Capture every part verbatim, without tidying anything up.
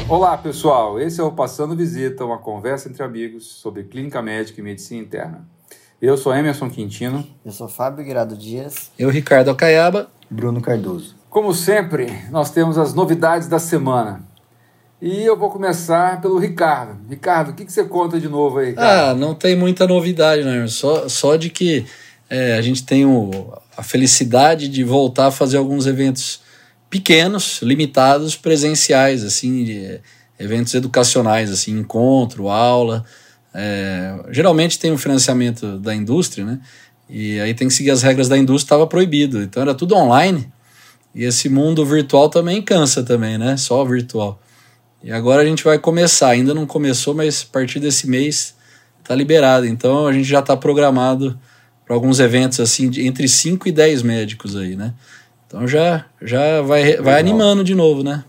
Olá, pessoal. Esse é o Passando Visita, uma conversa entre amigos sobre clínica médica e medicina interna. Eu sou Emerson Quintino. Eu sou Fábio Guirado Dias. Eu, Ricardo Acaiaba. Bruno Cardoso. Como sempre, nós temos as novidades da semana. E eu vou começar pelo Ricardo. Ricardo, o que, que você conta de novo aí, cara? Ah, não tem muita novidade, né? Só, só de que é, a gente tem o, a felicidade de voltar a fazer alguns eventos pequenos, limitados, presenciais, assim, de, eventos educacionais, assim, encontro, aula. É, geralmente tem um financiamento da indústria, né? E aí tem que seguir as regras da indústria, estava proibido. Então era tudo online. E esse mundo virtual também cansa também, né? Só virtual. E agora a gente vai começar, ainda não começou, mas a partir desse mês está liberado. Então a gente já está programado para alguns eventos assim, de entre cinco e dez médicos aí, né? Então já, já vai, vai animando de novo, né?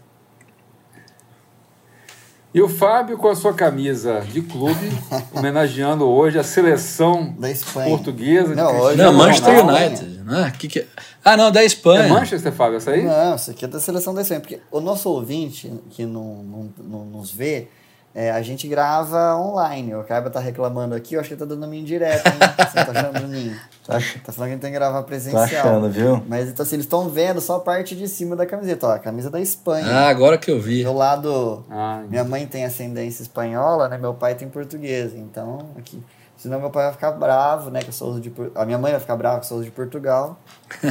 E o Fábio com a sua camisa de clube, homenageando hoje a seleção da Espanha. Portuguesa. Não, de hoje não, Manchester Ronaldo. United. Né? Que que é? Ah, não, da Espanha. É Manchester, Fábio, essa aí? Não, isso aqui é da seleção da Espanha. Porque o nosso ouvinte, que não, não, não nos vê, é, a gente grava online. O Caiba tá reclamando aqui, eu acho que ele tá dando minha indireta, hein? Você tá achando, Bruninho? Tá, ach... tá falando que a gente tem que gravar presencial. Tô achando, viu? Mas então, assim, eles estão vendo só a parte de cima da camiseta. Ó, a camisa da Espanha. Ah, agora que eu vi. Do lado, ah, minha mãe tem ascendência espanhola, né? Meu pai tem português. Então, aqui... Senão meu pai vai ficar bravo, né? Que eu sou de A minha mãe vai ficar brava que eu sou de Portugal.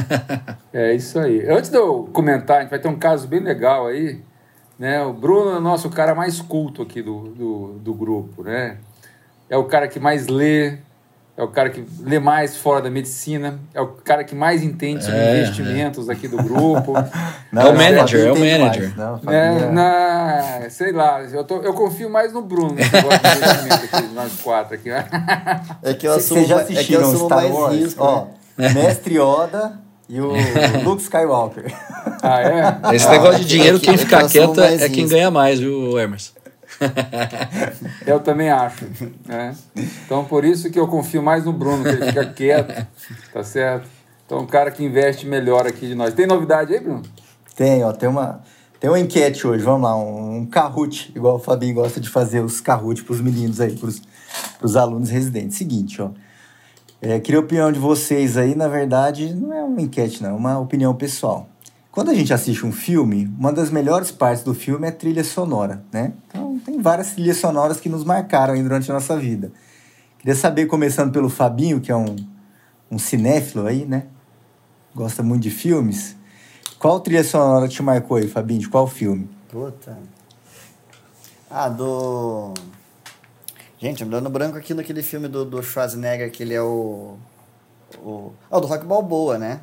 É isso aí. Antes de eu comentar, a gente vai ter um caso bem legal aí, né? O Bruno é o nosso cara mais culto aqui do, do, do grupo, né? É o cara que mais lê, é o cara que lê mais fora da medicina, é o cara que mais entende sobre É, investimentos é. aqui do grupo. Não, é o manager, é o manager. Não, é, na, sei lá, eu, tô, eu confio mais no Bruno, nesse negócio de investimento aqui, nós quatro aqui. É que eu assumo, Vocês já é que eu assistiram assumo Star mais Wars? risco, Ó, né? Mestre Yoda e o Luke Skywalker. Ah, é? Esse Ah, negócio é de que- dinheiro, é que- quem é que ficar eu assumo quieto é, mais é quem risco. ganha mais, viu, Emerson? Eu também acho. Né? Então, por isso que eu confio mais no Bruno, que ele fica quieto, tá certo? Então, um cara que investe melhor aqui de nós. Tem novidade aí, Bruno? Tem, ó, tem uma, tem uma enquete hoje, vamos lá, um, um Kahoot, igual o Fabinho gosta de fazer os Kahoot pros meninos aí, pros, pros alunos residentes. Seguinte, ó, é, queria a opinião de vocês aí, na verdade, não é uma enquete não, é uma opinião pessoal. Quando a gente assiste um filme, uma das melhores partes do filme é a trilha sonora, né? Então, tem várias trilhas sonoras que nos marcaram aí durante a nossa vida. Queria saber, começando pelo Fabinho, que é um, um cinéfilo aí, né? Gosta muito de filmes. Qual trilha sonora te marcou aí, Fabinho? De qual filme? Puta. Ah, do... Gente, me dando branco aqui naquele filme do, do Schwarzenegger, que ele é o... o... Ah, o do Rock Balboa, né?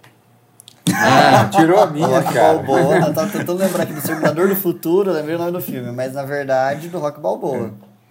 Ah, tirou a minha, Rock cara. Balboa, eu tava tentando lembrar aqui do Exterminador do Futuro, eu lembrei o nome do filme, mas na verdade do Rock Balboa.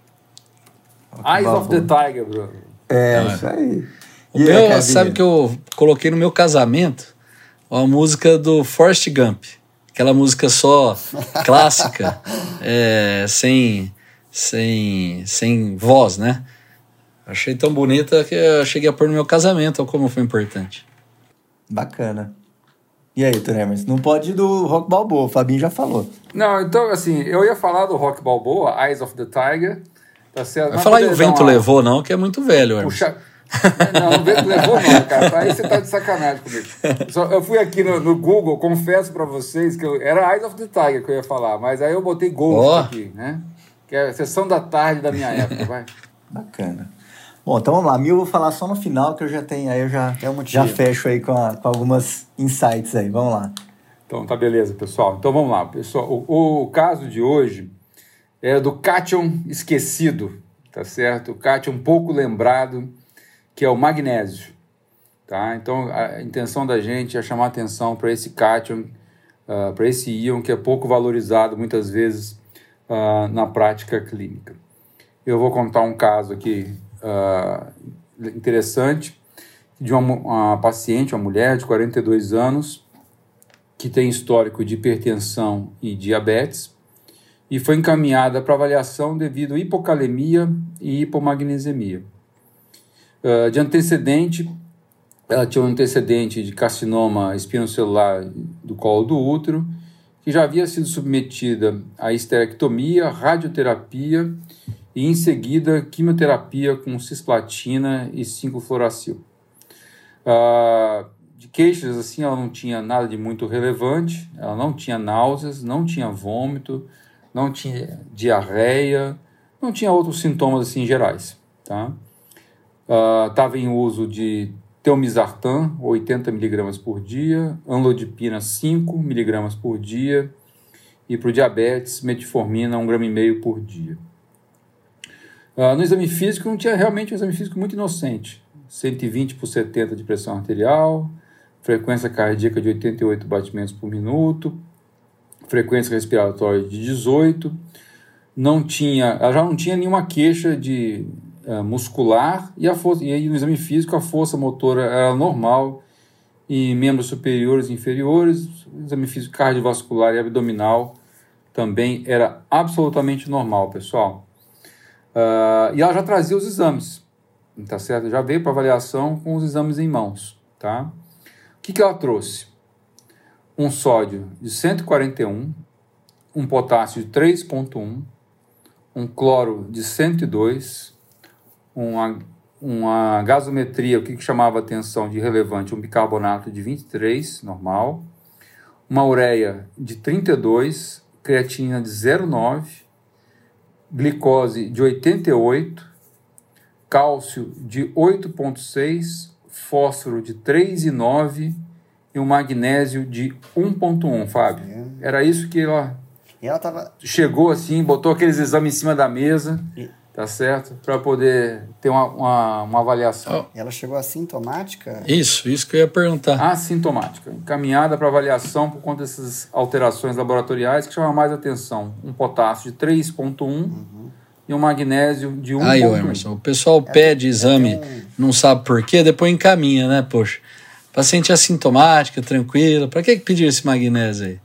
Eyes of the Tiger, Bruno. É, Ah, isso aí. O E aí, meu, Cabinha? sabe que eu coloquei no meu casamento a música do Forrest Gump. Aquela música só clássica, é, sem, sem, sem voz, né? Achei tão bonita que eu cheguei a pôr no meu casamento, olha como foi importante. Bacana. E aí, Doutor Emerson? Não pode ir do Rock Balboa, o Fabinho já falou. Não, então, assim, eu ia falar do Rock Balboa, Eyes of the Tiger, tá certo? Vai Mas falar e o poderia vento dar uma- levou, não, que é muito velho, Emerson. Puxa... Não, o vento levou não, cara. Aí você tá de sacanagem comigo. Só, eu fui aqui no, no Google, confesso pra vocês que eu, era Eyes of the Tiger que eu ia falar, mas aí eu botei Ghost Ó. aqui, né? Que é a sessão da tarde da minha época, vai. Bacana. Bom, então vamos lá. A minha eu vou falar só no final, que eu já tenho, aí eu já, Tem um motivo. já fecho aí com, a, com algumas insights aí. Vamos lá. Então, tá beleza, pessoal. Então, vamos lá. Pessoal, o, o caso de hoje é do cátion esquecido, tá certo? O cátion pouco lembrado, que é o magnésio, tá? Então, a intenção da gente é chamar atenção para esse cátion, uh, para esse íon que é pouco valorizado, muitas vezes, uh, na prática clínica. Eu vou contar um caso aqui uh, interessante de uma, uma paciente, uma mulher de quarenta e dois anos, que tem histórico de hipertensão e diabetes, e foi encaminhada para avaliação devido a hipocalemia e hipomagnesemia. Uh, de antecedente, ela tinha um antecedente de carcinoma espinocelular do colo do útero que já havia sido submetida a esterectomia, radioterapia e, em seguida, quimioterapia com cisplatina e cinco fluoracil. Uh, de queixas, assim, ela não tinha nada de muito relevante, ela não tinha náuseas, não tinha vômito, não tinha diarreia, não tinha outros sintomas, assim, gerais, tá? Estava uh, em uso de telmisartan, oitenta miligramas por dia, amlodipina, cinco miligramas por dia, e para o diabetes, metformina, um grama e meio por dia. Uh, no exame físico, não tinha realmente um exame físico muito inocente. cento e vinte por setenta de pressão arterial, frequência cardíaca de oitenta e oito batimentos por minuto, frequência respiratória de dezoito, não tinha, ela já não tinha nenhuma queixa de uh, muscular, e, a força, e aí no exame físico a força motora era normal em membros superiores e inferiores, o exame físico cardiovascular e abdominal também era absolutamente normal, pessoal. Uh, e ela já trazia os exames, tá certo? Já veio para avaliação com os exames em mãos, tá? O que que ela trouxe? Um sódio de cento e quarenta e um, um potássio de três vírgula um, um cloro de cento e dois, uma, uma gasometria, o que, que chamava atenção de relevante, um bicarbonato de vinte e três, normal, uma ureia de trinta e dois, creatina de zero vírgula nove, glicose de oitenta e oito, cálcio de oito vírgula seis, fósforo de três vírgula nove e um magnésio de um vírgula um, Fábio. É. Era isso que ela, e ela tava... chegou assim, botou aqueles exames em cima da mesa, e... tá certo? Para poder ter uma, uma, uma avaliação. Oh. Ela chegou assintomática? Isso, isso que eu ia perguntar. Assintomática, encaminhada para avaliação por conta dessas alterações laboratoriais que chamam mais atenção. Um potássio de três vírgula um, uhum, e um magnésio de um vírgula um. Aí, Emerson, o pessoal é, pede exame, é, não sabe por quê, depois encaminha, né, poxa. Paciente assintomática, tranquila, para que pedir esse magnésio aí?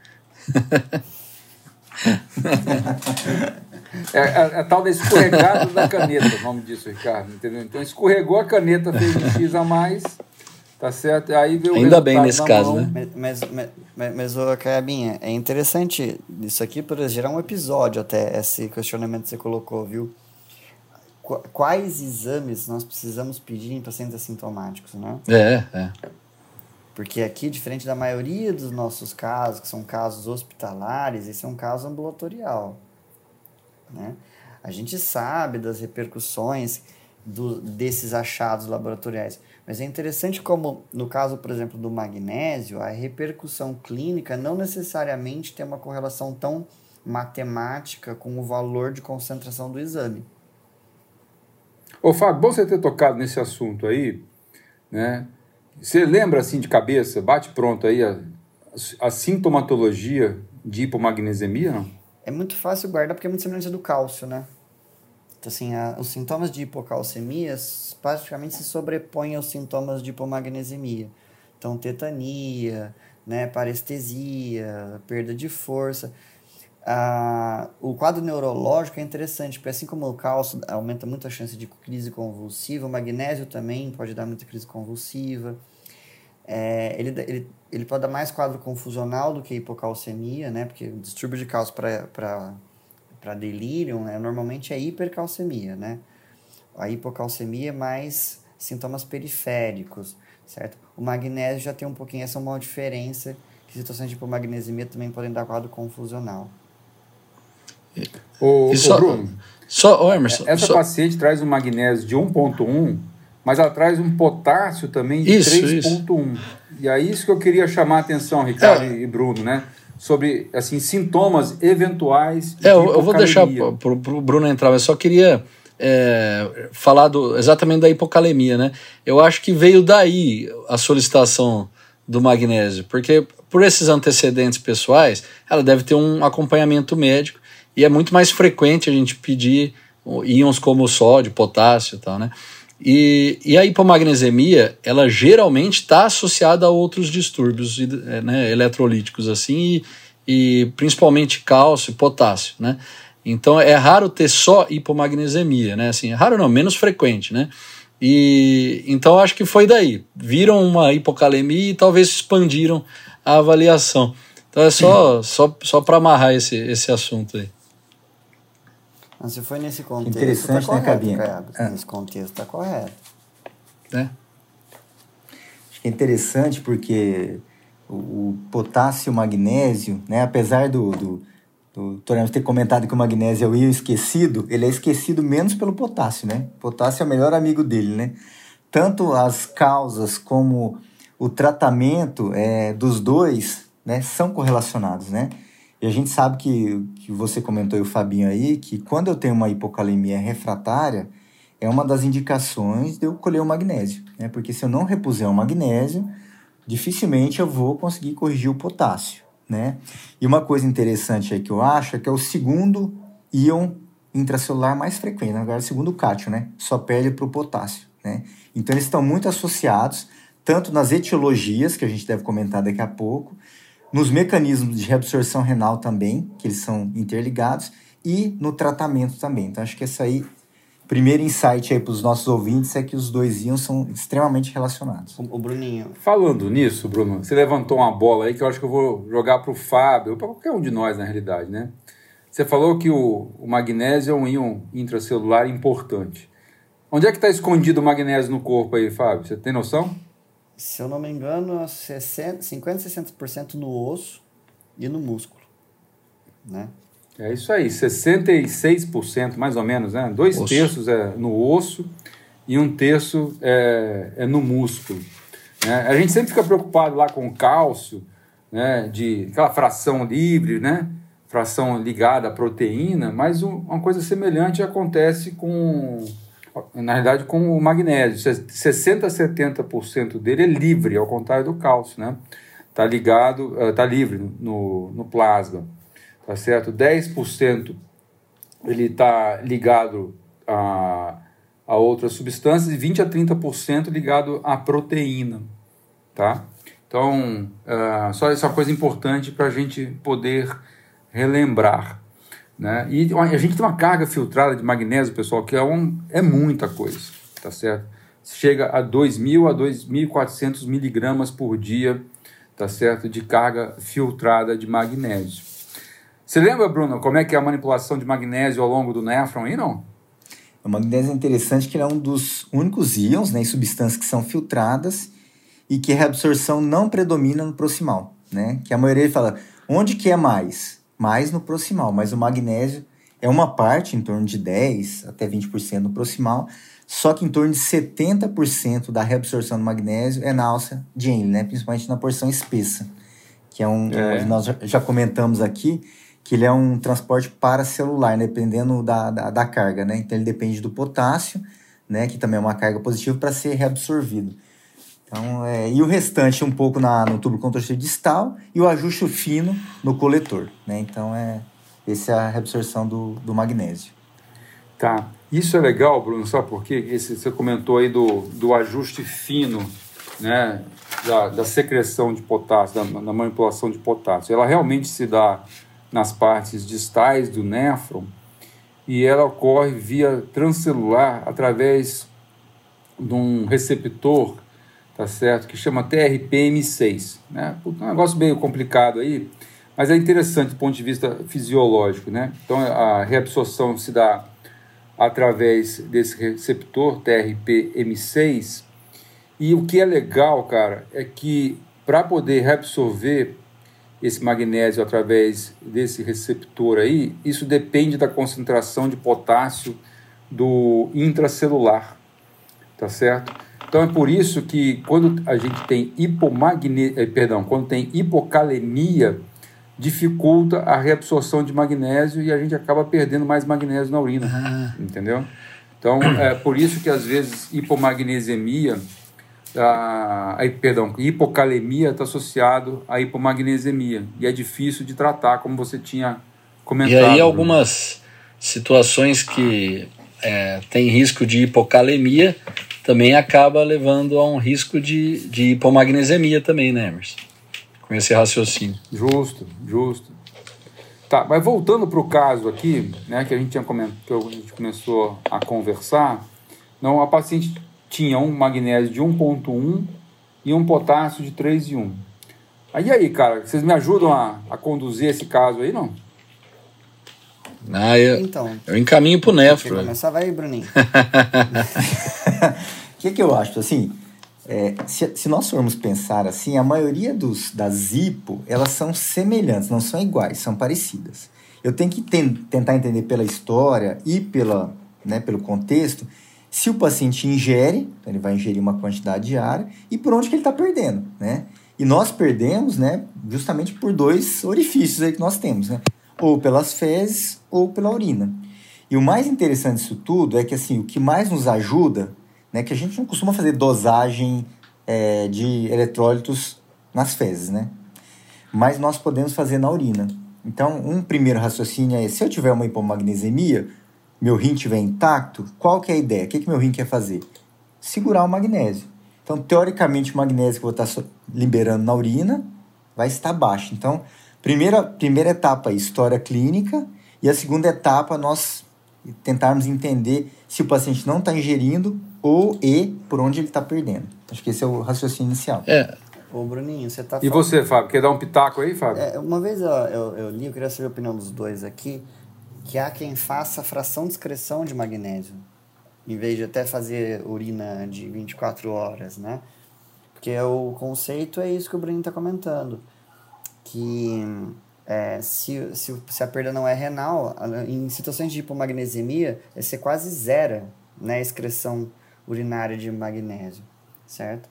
É a, a tal da escorregada da caneta, o nome disso, Ricardo, entendeu? Então escorregou a caneta, fez um X a mais, tá certo? Aí veio o Ainda bem nesse caso, mão. né? Mas, mas, mas, mas ô, Caiabinha, é interessante isso aqui para gerar um episódio até, esse questionamento que você colocou, viu? Quais exames nós precisamos pedir em pacientes assintomáticos, né? É, é. Porque aqui, diferente da maioria dos nossos casos, que são casos hospitalares, esse é um caso ambulatorial, né? A gente sabe das repercussões do, desses achados laboratoriais, mas é interessante como, no caso, por exemplo, do magnésio, a repercussão clínica não necessariamente tem uma correlação tão matemática com o valor de concentração do exame. Ô, Fábio, bom você ter tocado nesse assunto aí, né? Você lembra, assim, de cabeça, bate pronto aí, a, a sintomatologia de hipomagnesemia, não? É muito fácil guardar porque é muito semelhante do cálcio, né? Então, assim, a, os sintomas de hipocalcemia praticamente se sobrepõem aos sintomas de hipomagnesemia. Então, tetania, né, parestesia, perda de força. Ah, o quadro neurológico é interessante, porque assim como o cálcio aumenta muito a chance de crise convulsiva, o magnésio também pode dar muita crise convulsiva. É, ele, ele, ele pode dar mais quadro confusional do que hipocalcemia, né? Porque o distúrbio de cálcio para delírio, né, normalmente é hipercalcemia, né? A hipocalcemia é mais sintomas periféricos, certo? O magnésio já tem um pouquinho, essa é uma diferença, que situações de hipomagnesemia também podem dar quadro confusional. Ô, só, ô Bruno, só, ô Emerson, essa só... paciente traz um magnésio de um vírgula um, mas ela traz um potássio também de três vírgula um. E é isso que eu queria chamar a atenção, Ricardo é. e Bruno, né? Sobre, assim, sintomas eventuais de é, eu, eu vou deixar para o Bruno entrar, mas só queria é, falar do, exatamente da hipocalemia, né? Eu acho que veio daí a solicitação do magnésio, porque por esses antecedentes pessoais, ela deve ter um acompanhamento médico, e é muito mais frequente a gente pedir íons como o sódio, potássio e tal, né? E, e a hipomagnesemia, ela geralmente está associada a outros distúrbios, né, eletrolíticos, assim, e, e principalmente cálcio e potássio, né? Então é raro ter só hipomagnesemia, né? Assim, é raro não, menos frequente, né? E então acho que foi daí. Viram uma hipocalemia e talvez expandiram a avaliação. Então é só, só, só para amarrar esse, esse assunto aí. Mas se foi nesse contexto, interessante, tá né, correto, Cabinha? Caiaba. Ah. Nesse contexto tá correto. Né? Acho que é interessante porque o, o potássio e o magnésio, né, apesar do, do, do Toremos ter comentado que o magnésio é o íon esquecido, ele é esquecido menos pelo potássio, né? O potássio é o melhor amigo dele, né? Tanto as causas como o tratamento é, dos dois, né, são correlacionados, né? E a gente sabe que, que você comentou e o Fabinho aí, que quando eu tenho uma hipocalemia refratária, é uma das indicações de eu colher o magnésio, né? Porque se eu não repuser o magnésio, dificilmente eu vou conseguir corrigir o potássio, né? E uma coisa interessante aí que eu acho é que é o segundo íon intracelular mais frequente, agora é o segundo cátion, né? Só perde para o potássio, né? Então eles estão muito associados, tanto nas etiologias, que a gente deve comentar daqui a pouco, nos mecanismos de reabsorção renal também, que eles são interligados, e no tratamento também. Então acho que esse aí, primeiro insight aí para os nossos ouvintes é que os dois íons são extremamente relacionados. O, o Bruninho. Falando nisso, Bruno, você levantou uma bola aí que eu acho que eu vou jogar para o Fábio, para qualquer um de nós na realidade, né? Você falou que o, o magnésio é um íon intracelular importante. Onde é que está escondido o magnésio no corpo aí, Fábio? Você tem noção? Se eu não me engano, sessenta, cinquenta, sessenta por cento no osso e no músculo, né? É isso aí, sessenta e seis por cento mais ou menos, né? Dois Osso. terços é no osso e um terço é, é no músculo, né? A gente sempre fica preocupado lá com o cálcio, né? De aquela fração livre, né? Fração ligada à proteína, mas um, uma coisa semelhante acontece com, na realidade, com o magnésio. sessenta a setenta por cento dele é livre, ao contrário do cálcio, né? Tá ligado, tá livre no, no plasma. Tá certo? dez por cento ele está ligado a, a outras substâncias e vinte a trinta por cento ligado à proteína, tá? Então, uh, só essa é uma coisa importante para a gente poder relembrar, né? E a gente tem uma carga filtrada de magnésio, pessoal, que é, um, é muita coisa, tá certo? Chega a dois mil a dois mil e quatrocentos miligramas por dia, tá certo? De carga filtrada de magnésio. Você lembra, Bruno, como é que é a manipulação de magnésio ao longo do néfron aí, não? O magnésio é interessante que ele é um dos únicos íons, né, em substâncias que são filtradas e que a reabsorção não predomina no proximal, né? Que a maioria fala, onde que é mais? Mais no proximal, mas o magnésio é uma parte, em torno de dez até vinte por cento no proximal, só que em torno de setenta por cento da reabsorção do magnésio é na alça de Henle, né? Principalmente na porção espessa, que é um, É. nós já, já comentamos aqui, que ele é um transporte paracelular, né, dependendo da, da, da carga, né? Então ele depende do potássio, né, que também é uma carga positiva, para ser reabsorvido. Então, é, e o restante um pouco na, no tubo contorcido distal e o ajuste fino no coletor, né? Então, é, essa é a reabsorção do, do magnésio. Tá. Isso é legal, Bruno, sabe por quê? Esse, você comentou aí do, do ajuste fino, né, da, da secreção de potássio, da, da manipulação de potássio. Ela realmente se dá nas partes distais do néfron e ela ocorre via transcelular através de um receptor, tá certo, que chama T R P M seis, né? É um negócio meio complicado aí, mas é interessante do ponto de vista fisiológico, né? Então a reabsorção se dá através desse receptor T R P M seis e o que é legal, cara, é que para poder reabsorver esse magnésio através desse receptor aí, isso depende da concentração de potássio do intracelular, tá certo? Então é por isso que quando a gente tem hipomagne... eh, perdão, quando tem hipocalemia, dificulta a reabsorção de magnésio e a gente acaba perdendo mais magnésio na urina, Ah. entendeu? Então é por isso que às vezes hipomagnesemia A, a, perdão, hipocalemia está associado à hipomagnesemia e é difícil de tratar, como você tinha comentado. E aí Bruno. algumas situações que é, tem risco de hipocalemia também acaba levando a um risco de, de hipomagnesemia também, né, Emerson? Com esse raciocínio. Justo, justo. Tá, mas voltando para o caso aqui, né, que a gente tinha coment... que a gente começou a conversar, não, a paciente tinha um magnésio de um ponto um e um potássio de três vírgula um. Aí, aí, cara, vocês me ajudam a, a conduzir esse caso aí, não? Ah, eu, Então, eu encaminho pro nefro. Quer começar? Vai aí, Bruninho. O que, que eu acho? Assim, é, se, se nós formos pensar assim, a maioria dos, das hipo, elas são semelhantes, não são iguais, são parecidas. Eu tenho que ten, tentar entender pela história e pela, né, pelo contexto, se o paciente ingere, então ele vai ingerir uma quantidade diária, e por onde que ele está perdendo, né? E nós perdemos, né, justamente por dois orifícios aí que nós temos, né? Ou pelas fezes ou pela urina. E o mais interessante disso tudo é que, assim, o que mais nos ajuda, né, que a gente não costuma fazer dosagem é, de eletrólitos nas fezes, né? Mas nós podemos fazer na urina. Então, um primeiro raciocínio é, se eu tiver uma hipomagnesemia, meu rim estiver intacto, qual que é a ideia? O que, que meu rim quer fazer? Segurar o magnésio. Então, teoricamente, o magnésio que eu vou estar liberando na urina vai estar baixo. Então, primeira, primeira etapa, história clínica, e a segunda etapa, nós tentarmos entender se o paciente não está ingerindo ou e por onde ele está perdendo. Acho que esse é o raciocínio inicial. É. Ô, Bruninho, você tá E falando... você, Fábio, quer dar um pitaco aí, Fábio? É, uma vez eu, eu, eu li, eu queria saber a opinião dos dois aqui, que há quem faça fração de excreção de magnésio, em vez de até fazer urina de vinte e quatro horas, né? Porque o conceito é isso que o Bruninho está comentando, que é, se, se, se a perda não é renal, em situações de hipomagnesemia, você quase zera, né, a excreção urinária de magnésio, certo?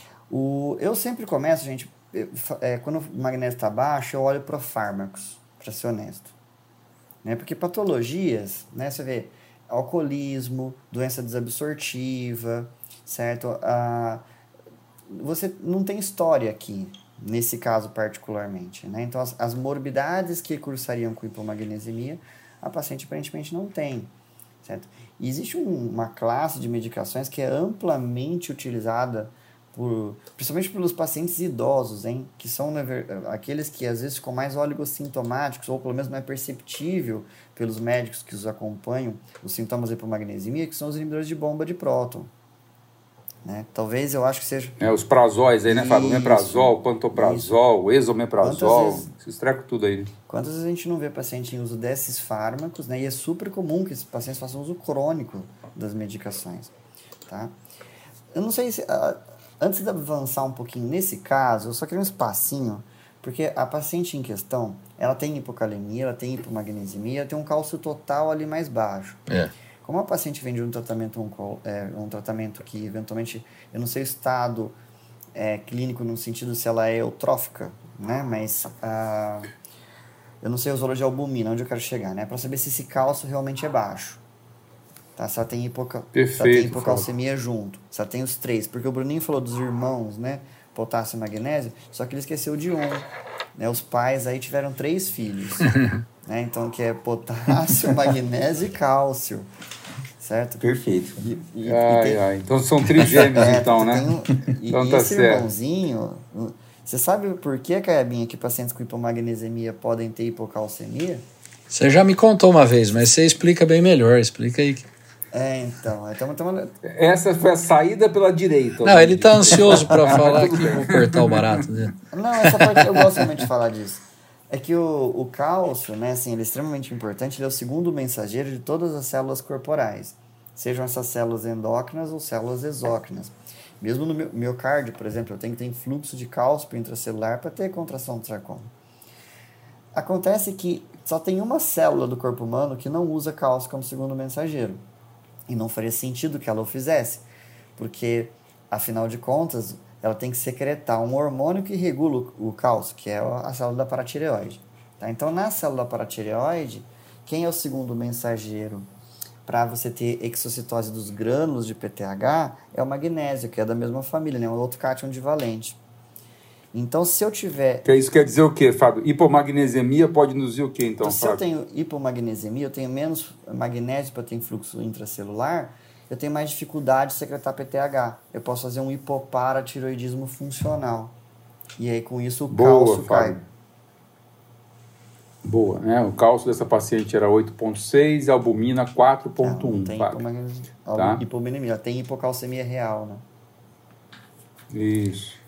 O, eu sempre começo, gente, eu, é, quando o magnésio está baixo, eu olho para fármacos, para ser honesto. Né? Porque patologias, né, você vê alcoolismo, doença desabsortiva, certo? Ah, você não tem história aqui, nesse caso particularmente, né? Então, as, as morbidades que cursariam com hipomagnesemia, a paciente aparentemente não tem, certo? E existe um, uma classe de medicações que é amplamente utilizada por, principalmente pelos pacientes idosos, hein? Que são aqueles que às vezes ficam mais oligossintomáticos, ou pelo menos não é perceptível pelos médicos que os acompanham os sintomas da hipomagnesemia, que são os inibidores de bomba de próton. Né? Talvez eu acho que seja... É, os prazóis aí, né, Fábio? Omeprazol, pantoprazol, esomeprazol, vezes... esses trecos tudo aí. Quantas vezes a gente não vê paciente em uso desses fármacos, né? E é super comum que esses pacientes façam uso crônico das medicações, tá? Eu não sei se... Uh, antes de avançar um pouquinho nesse caso, eu só queria um espacinho, porque a paciente em questão, ela tem hipocalemia, ela tem hipomagnesemia, ela tem um cálcio total ali mais baixo. É. Como a paciente vem de um tratamento, um, é, um tratamento que eventualmente, eu não sei o estado é, clínico no sentido se ela é eutrófica, né? Mas uh, eu não sei a usologia de albumina, onde eu quero chegar, né? Para saber se esse cálcio realmente é baixo. Tá? Se ela tem, hipoca... se ela tem hipocalcemia junto, se ela tem os três. Porque o Bruninho falou dos irmãos, né? Potássio e magnésio, só que ele esqueceu de um. Né? Os pais aí tiveram três filhos. Né? Então, que é potássio, magnésio e cálcio. Certo? Perfeito. E, e, ai, e tem... ai. Então são trigêmeos, é, então, né? Um... E, então e tá esse certo. irmãozinho... Você sabe por que, Caiabinha, que pacientes com hipomagnesemia podem ter hipocalcemia? Você já me contou uma vez, mas você explica bem melhor. Explica aí. É, então... então, então... Essa foi a saída pela direita. Não, ele tá ansioso para falar que vou cortar o barato dele. Não, essa parte eu gosto muito de falar disso. É que o, o cálcio, né, assim, ele é extremamente importante, ele é o segundo mensageiro de todas as células corporais, sejam essas células endócrinas ou células exócrinas. Mesmo no miocárdio, por exemplo, eu tenho que ter fluxo de cálcio intracelular para ter contração do sarcoma. Acontece que só tem uma célula do corpo humano que não usa cálcio como segundo mensageiro. E não faria sentido que ela o fizesse, porque, afinal de contas, ela tem que secretar um hormônio que regula o cálcio, que é a célula da paratireoide. Tá? Então, na célula da paratireoide, quem é o segundo mensageiro para você ter exocitose dos grânulos de P T H é o magnésio, que é da mesma família, né? Um outro cátion divalente. Então, se eu tiver... Que isso quer dizer o quê, Fábio? Hipomagnesemia pode induzir o quê, então, então se Fábio? eu tenho hipomagnesemia, eu tenho menos magnésio para ter fluxo intracelular, eu tenho mais dificuldade de secretar P T H. Eu posso fazer um hipoparatiroidismo funcional. E aí, com isso, o Boa, cálcio Fábio. cai. Boa, né? O cálcio dessa paciente era oito ponto seis e a albumina quatro ponto um. Não, não tem tá? hipomenemia, tem hipocalcemia real, né? Isso.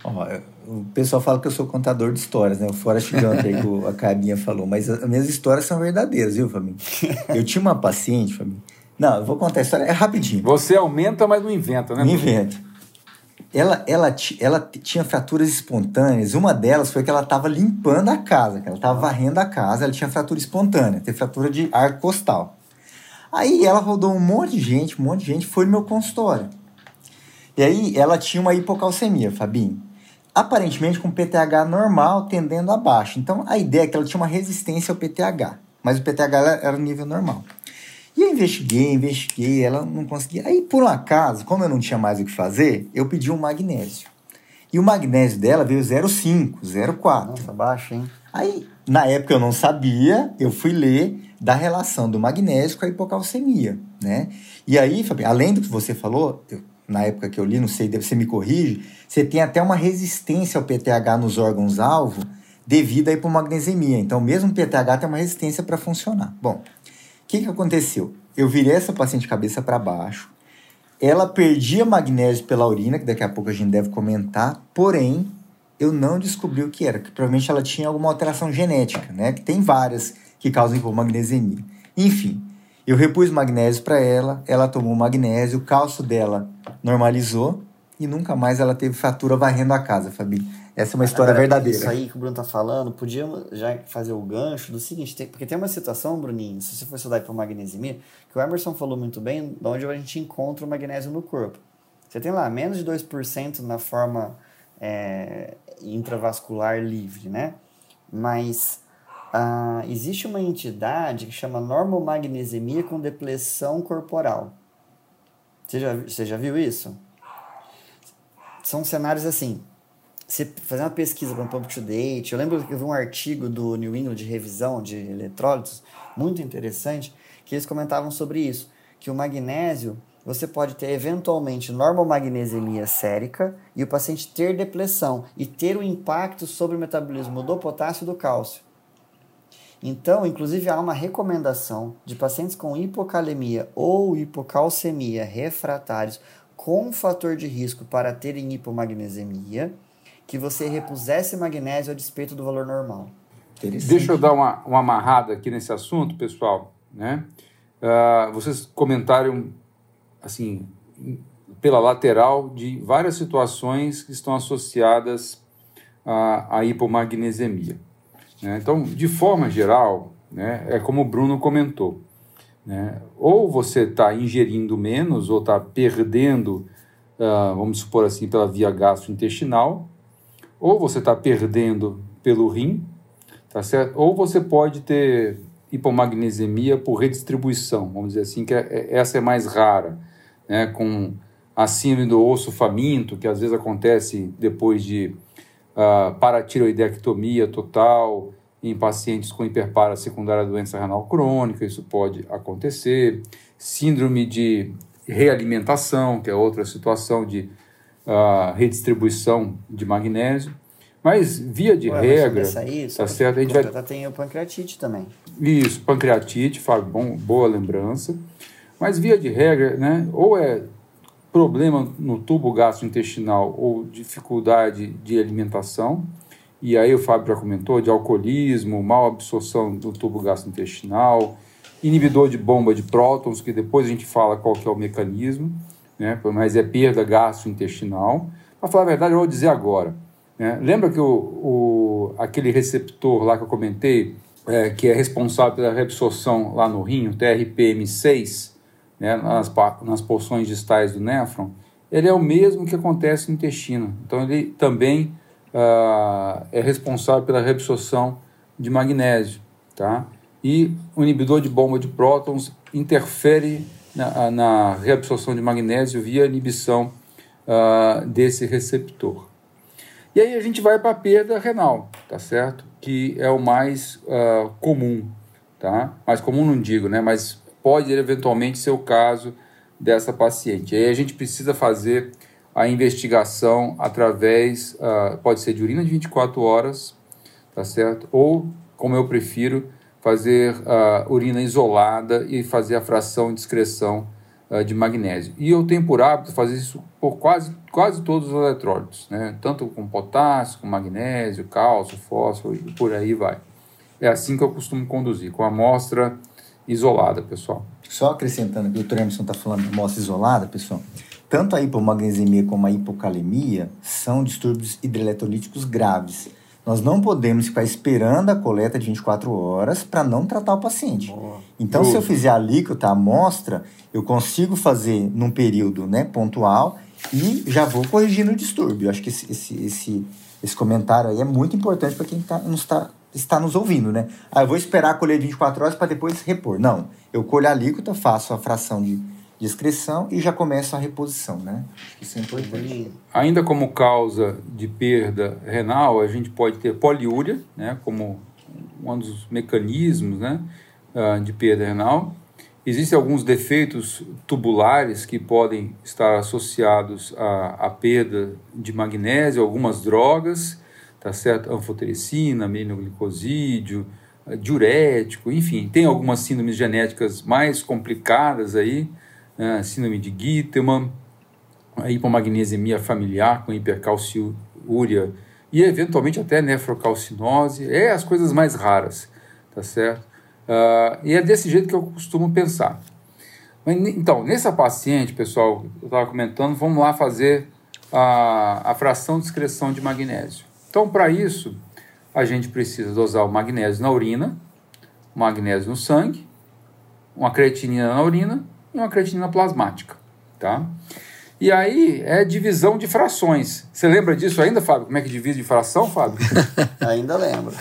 Ó, o pessoal fala que eu sou contador de histórias, né? O Forrest Gump aí que a Cabinha falou. Mas as minhas histórias são verdadeiras, viu, Fabinho? Eu tinha uma paciente, Fabinho. Não, eu vou contar a história, é rapidinho. Você aumenta, mas não inventa, né? Não inventa. Ela, ela, ela tinha fraturas espontâneas. Uma delas foi que ela estava limpando a casa, que ela estava varrendo a casa, ela tinha fratura espontânea, tem fratura de arco costal. Aí ela rodou um monte de gente, um monte de gente, foi no meu consultório. E aí ela tinha uma hipocalcemia, Fabinho. Aparentemente com P T H normal, tendendo a baixo. Então a ideia é que ela tinha uma resistência ao P T H, mas o P T H era nível normal. E eu investiguei, investiguei, ela não conseguia. Aí, por um acaso, como eu não tinha mais o que fazer, eu pedi um magnésio. E o magnésio dela veio zero vírgula cinco, zero vírgula quatro. Nossa, baixo, hein? Aí, na época eu não sabia, eu fui ler da relação do magnésio com a hipocalcemia, né? E aí, Fabinho, além do que você falou, eu, na época que eu li, não sei, você me corrige, você tem até uma resistência ao P T H nos órgãos-alvo devido à hipomagnesemia. Então, mesmo o P T H tem uma resistência para funcionar. Bom, o que, que aconteceu? Eu virei essa paciente de cabeça para baixo, ela perdia magnésio pela urina, que daqui a pouco a gente deve comentar, porém, eu não descobri o que era, que provavelmente ela tinha alguma alteração genética, né? Que tem várias que causam hipomagnesemia. Enfim, eu repus magnésio para ela, ela tomou magnésio, o cálcio dela normalizou e nunca mais ela teve fratura varrendo a casa, Fabi. Essa é uma história Agora, verdadeira. Isso aí que o Bruno tá falando, podíamos já fazer o gancho do seguinte, tem, porque tem uma situação, Bruninho, se você for estudar hipomagnesemia, que o Emerson falou muito bem, de onde a gente encontra o magnésio no corpo. Você tem lá menos de dois por cento na forma é, intravascular livre, né? Mas ah, existe uma entidade que chama normomagnesemia com depressão corporal. Você já, você já viu isso? São cenários assim... Você fazer uma pesquisa para um Public to Date, eu lembro que eu vi um artigo do New England de revisão de eletrólitos, muito interessante, que eles comentavam sobre isso, que o magnésio, você pode ter eventualmente normomagnesemia sérica e o paciente ter depressão e ter um impacto sobre o metabolismo do potássio e do cálcio. Então, inclusive, há uma recomendação de pacientes com hipocalemia ou hipocalcemia refratários com fator de risco para terem hipomagnesemia, que você repusesse magnésio a despeito do valor normal. Deixa eu dar uma, uma amarrada aqui nesse assunto, pessoal. Né? Uh, vocês comentaram, assim, pela lateral, de várias situações que estão associadas à, à hipomagnesemia. Né? Então, de forma geral, né, é como o Bruno comentou. Né? Ou você está ingerindo menos, ou está perdendo, uh, vamos supor assim, pela via gastrointestinal, ou você está perdendo pelo rim, tá certo? Ou você pode ter hipomagnesemia por redistribuição, vamos dizer assim, que é, essa é mais rara, né? Com a síndrome do osso faminto, que às vezes acontece depois de uh, paratireoidectomia total, em pacientes com hiperpara secundária à doença renal crônica, isso pode acontecer. Síndrome de realimentação, que é outra situação de uh, redistribuição de magnésio. Mas, via de Ué, regra, aí, tá certo? A gente vai... Tem o pancreatite também. Isso, pancreatite, Fábio, bom, boa lembrança. Mas, via de regra, né, ou é problema no tubo gastrointestinal ou dificuldade de alimentação, e aí o Fábio já comentou, de alcoolismo, mal absorção do tubo gastrointestinal, inibidor de bomba de prótons, que depois a gente fala qual que é o mecanismo, né, mas é perda gastrointestinal. Para falar a verdade, eu vou dizer agora. Né, lembra que o, o, aquele receptor lá que eu comentei, é, que é responsável pela reabsorção lá no rim, o T R P M seis, né, nas, nas porções distais do néfron, ele é o mesmo que acontece no intestino. Então, ele também uh, é responsável pela reabsorção de magnésio, tá? E o inibidor de bomba de prótons interfere na, na reabsorção de magnésio via inibição uh, desse receptor. E aí a gente vai para a perda renal, tá certo? Que é o mais uh, comum, tá? Mais comum não digo, né? Mas pode eventualmente ser o caso dessa paciente. Aí a gente precisa fazer a investigação através, uh, pode ser de urina de vinte e quatro horas, tá certo? Ou, como eu prefiro, fazer uh, urina isolada e fazer a fração de excreção uh, de magnésio. E eu tenho por hábito fazer isso por quase, quase todos os eletrólitos, né? Tanto com potássio, com magnésio, cálcio, fósforo e por aí vai. É assim que eu costumo conduzir, com a amostra isolada, pessoal. Só acrescentando que o doutor Emerson está falando de amostra isolada, pessoal. Tanto a hipomagnesemia como a hipocalemia são distúrbios hidroeletrolíticos graves. Nós não podemos ficar esperando a coleta de vinte e quatro horas para não tratar o paciente. Boa. Então, Boa. se eu fizer a alíquota, a amostra, eu consigo fazer num período, né, pontual e já vou corrigindo o distúrbio. Eu acho que esse, esse, esse, esse comentário aí é muito importante para quem tá, nos tá, está nos ouvindo, né? Ah, eu vou esperar colher vinte e quatro horas para depois repor. Não, eu colho a alíquota, faço a fração de... de excreção e já começa a reposição, né? Isso é importante. Ainda como causa de perda renal, a gente pode ter poliúria, né? Como um dos mecanismos, né? de perda renal. Existem alguns defeitos tubulares que podem estar associados à, à perda de magnésio, algumas drogas, tá certo? Anfotericina, aminoglicosídeo, diurético, enfim, tem algumas síndromes genéticas mais complicadas aí, Uh, síndrome de Gittelman, a hipomagnesemia familiar com hipercalciúria e eventualmente até nefrocalcinose, é as coisas mais raras, tá certo? Uh, e é desse jeito que eu costumo pensar. Mas, então, nessa paciente, pessoal, eu estava comentando, vamos lá fazer a, a fração de excreção de magnésio. Então, para isso, a gente precisa dosar o magnésio na urina, o magnésio no sangue, uma creatinina na urina, e uma creatinina plasmática, tá? E aí é divisão de frações. Você lembra disso ainda, Fábio? Como é que divide de fração, Fábio? Ainda lembro.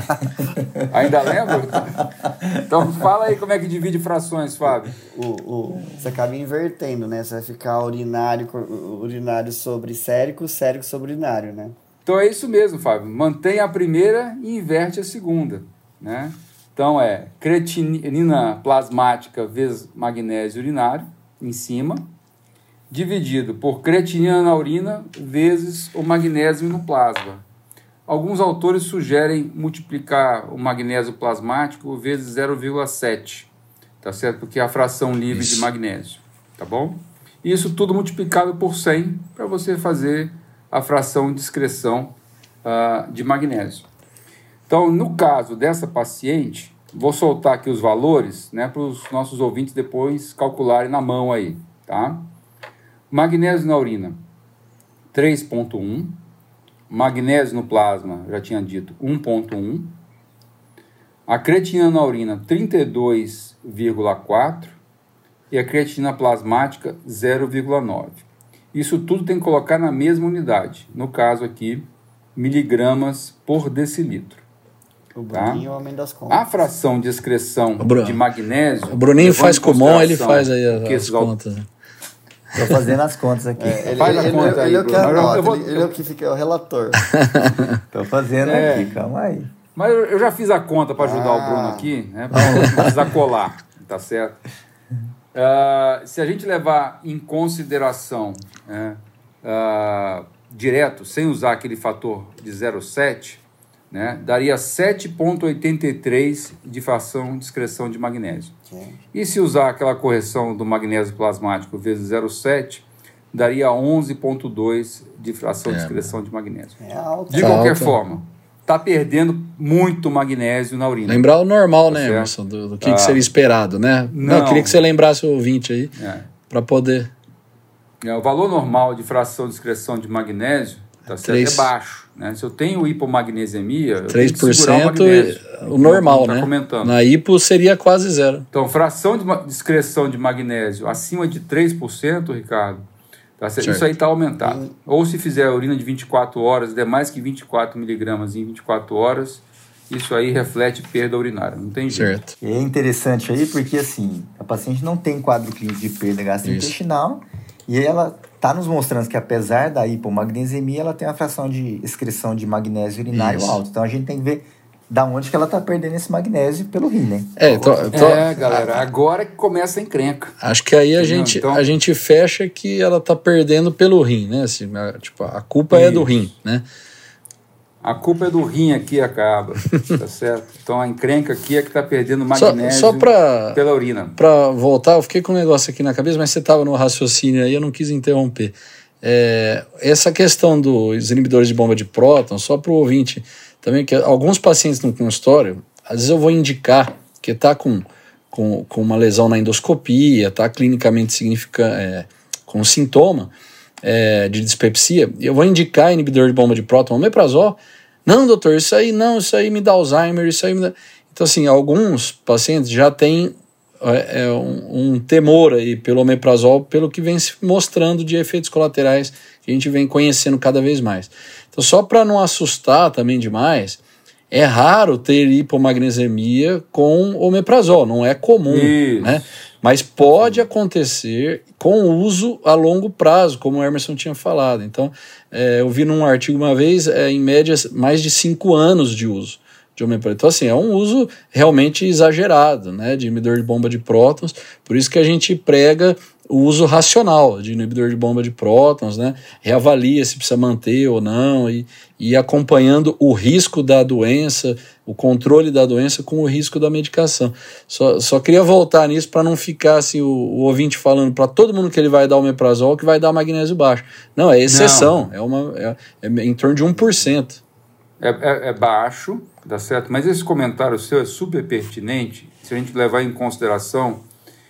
Ainda lembra? Então fala aí como é que divide frações, Fábio. O, o, você acaba invertendo, né? Você vai ficar urinário, urinário sobre sérico, sérico sobre urinário, né? Então é isso mesmo, Fábio. Mantém a primeira e inverte a segunda, né? Então, é creatinina plasmática vezes magnésio urinário, em cima, dividido por creatinina na urina vezes o magnésio no plasma. Alguns autores sugerem multiplicar o magnésio plasmático vezes zero vírgula sete, tá certo? Porque é a fração livre Isso. de magnésio, tá bom? Isso tudo multiplicado por cem para você fazer a fração de excreção uh, de magnésio. Então, no caso dessa paciente, vou soltar aqui os valores, né, para os nossos ouvintes depois calcularem na mão aí, tá? Magnésio na urina, três ponto um. Magnésio no plasma, já tinha dito, um ponto um. A creatina na urina, trinta e dois vírgula quatro. E a creatina plasmática, zero vírgula nove. Isso tudo tem que colocar na mesma unidade. No caso aqui, miligramas por decilitro. O Bruninho é o homem das contas. A fração de excreção de magnésio... O Bruninho faz comum, ele faz aí as, as contas. Estou fazendo as contas aqui. É, ele, faz a ele, conta ele, aí, ele, Bruno. Anota, Eu vou... ele, ele é o que fica, é o relator. Estou fazendo é. aqui, calma aí. Mas eu, eu já fiz a conta para ajudar ah. o Bruno aqui, né, para não precisar colar, tá certo? Uh, se a gente levar em consideração, né, uh, direto, sem usar aquele fator de zero vírgula sete, né, daria sete vírgula oitenta e três de fração de excreção de magnésio. Sim. E se usar aquela correção do magnésio plasmático vezes zero vírgula sete, daria onze vírgula dois de fração é, de excreção de magnésio. É alto. De qualquer alto. forma, está perdendo muito magnésio na urina. Lembrar o normal, tá, né, Emerson? Do, do que, ah, que seria esperado, né? Não, não, eu queria que você lembrasse o ouvinte aí, é. para poder... É, o valor normal de fração de excreção de magnésio, tá certo, três, é baixo. Né? Se eu tenho hipomagnesemia, três por cento eu tenho que segurar o magnésio. O normal, tá, né? Comentando. Na hipo seria quase zero. Então, fração de excreção de magnésio acima de três por cento, Ricardo, tá certo? Isso aí está aumentado. Hum. Ou se fizer a urina de vinte e quatro horas, der mais que vinte e quatro miligramas em vinte e quatro horas, isso aí reflete perda urinária, não tem jeito. Certo. É interessante aí porque, assim, a paciente não tem quadro clínico de perda gastrointestinal e ela está nos mostrando que, apesar da hipomagnesemia, ela tem uma fração de excreção de magnésio urinário Isso. alto. Então, a gente tem que ver da onde que ela está perdendo esse magnésio pelo rim, né? É, tô, tô, é galera, agora que começa a encrenca. Acho que aí a gente, então, a gente fecha que ela está perdendo pelo rim, né? Assim, a, tipo, a culpa Isso. é do rim, né? A culpa é do rim aqui, acaba, tá certo? Então a encrenca aqui é que tá perdendo magnésio só, só pra, pela urina. Para voltar, eu fiquei com um negócio aqui na cabeça, mas você estava no raciocínio aí, eu não quis interromper. É, essa questão dos inibidores de bomba de próton, só para o ouvinte também, que alguns pacientes no consultório, às vezes eu vou indicar que está com, com, com uma lesão na endoscopia, está clinicamente significante, é, com sintoma é, de dispepsia, e eu vou indicar inibidor de bomba de próton, omeprazol. Não, doutor, isso aí não, isso aí me dá Alzheimer, isso aí me dá... Então, assim, alguns pacientes já têm é, é, um, um temor aí pelo omeprazol, pelo que vem se mostrando de efeitos colaterais que a gente vem conhecendo cada vez mais. Então, só para não assustar também demais, é raro ter hipomagnesemia com omeprazol, não é comum, Isso. né? Mas pode acontecer com uso a longo prazo, como o Emerson tinha falado. Então, é, eu vi num artigo uma vez, é, em média, mais de cinco anos de uso de omeprazol. Então, assim, é um uso realmente exagerado, né, de inibidor de bomba de prótons. Por isso que a gente prega o uso racional de inibidor de bomba de prótons, né, reavalia se precisa manter ou não, e, e acompanhando o risco da doença, o controle da doença com o risco da medicação. Só, só queria voltar nisso para não ficar assim, o, o ouvinte falando para todo mundo que ele vai dar omeprazol que vai dar magnésio baixo. Não, é exceção, é, uma, é, é em torno de um por cento. É, é, é baixo, tá certo? Mas esse comentário seu é super pertinente se a gente levar em consideração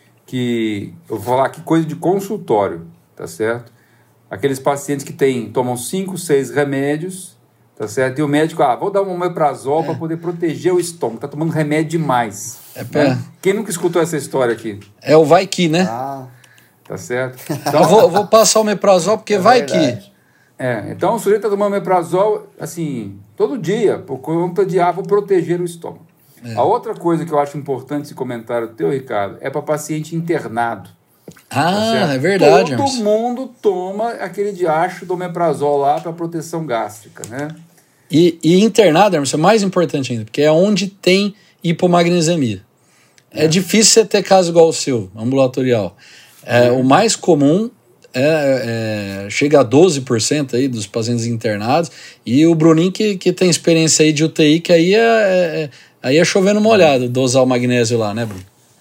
que, eu vou falar aqui coisa de consultório, tá certo? Aqueles pacientes que tem, tomam cinco, seis remédios, tá certo? E o médico, ah, vou dar um omeprazol é. para poder proteger o estômago, tá tomando remédio demais. É pra... né? Quem nunca escutou essa história aqui? É o vai que, né? Ah. Tá certo? Então, eu vou, vou passar o omeprazol porque é vai verdade. que... É, então o sujeito está tomando omeprazol, assim, todo dia, por conta de, ah, vou proteger o estômago. É. A outra coisa que eu acho importante esse comentário teu, Ricardo, é para paciente internado. Ah, tá é verdade. Todo Emerson. mundo toma aquele diacho do omeprazol lá para proteção gástrica, né? E, e internado, Emerson, é mais importante ainda, porque é onde tem hipomagnesemia. É, é difícil você ter caso igual o seu, ambulatorial. É, é. O mais comum é, é, chega a doze por cento aí dos pacientes internados, e o Bruninho que, que tem experiência aí de U T I, que aí é, é, aí é chovendo molhado, dosar o magnésio lá, né, Bruno?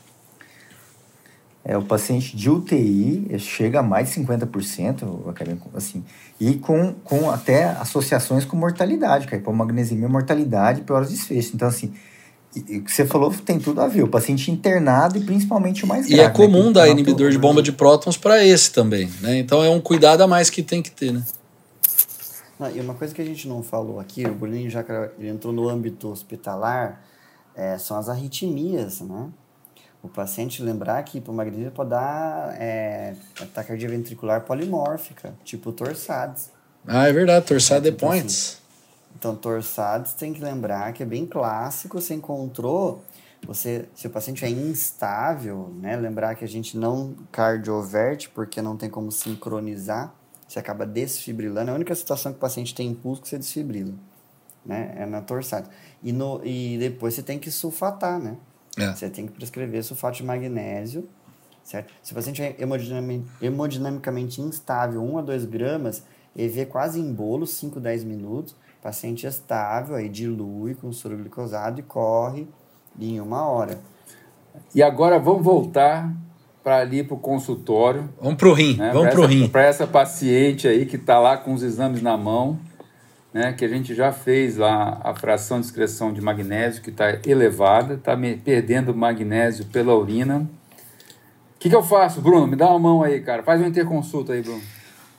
É, o paciente de U T I chega a mais de cinquenta por cento, assim, e com, com até associações com mortalidade, que a hipomagnesemia, mortalidade e piores desfechos. Então, assim, o que você falou tem tudo a ver, o paciente internado e principalmente o mais grave. E é comum né, dar inibidor de bomba de prótons para esse também, né? Então é um cuidado a mais que tem que ter, né? Não, e uma coisa que a gente não falou aqui, o Bruninho já entrou no âmbito hospitalar, é, são as arritmias, né? O paciente lembrar que hipomagnesemia pode dar é, taquicardia ventricular polimórfica, tipo Torsades. Ah, é verdade, Torsades então, points. Assim, então, Torsades tem que lembrar que é bem clássico, você encontrou, você, se o paciente é instável, né, lembrar que a gente não cardioverte, porque não tem como sincronizar, você acaba desfibrilando, é a única situação que o paciente tem impulso que você desfibrila, né, é na Torsades. E, no, e depois você tem que sulfatar, né? É. Você tem que prescrever sulfato de magnésio, certo? Se o paciente é hemodinamic, hemodinamicamente instável, um a dois gramas, E V quase em bolo, cinco a dez minutos, paciente estável, aí dilui com soro glicosado e corre em uma hora. E agora vamos voltar para ali para o consultório. Vamos para o rim, né? vamos para o rim. Para essa paciente aí que está lá com os exames na mão, né, que a gente já fez lá a fração de excreção de magnésio que está elevada, está perdendo magnésio pela urina. O que, que eu faço, Bruno? Me dá uma mão aí, cara. Faz uma interconsulta aí, Bruno.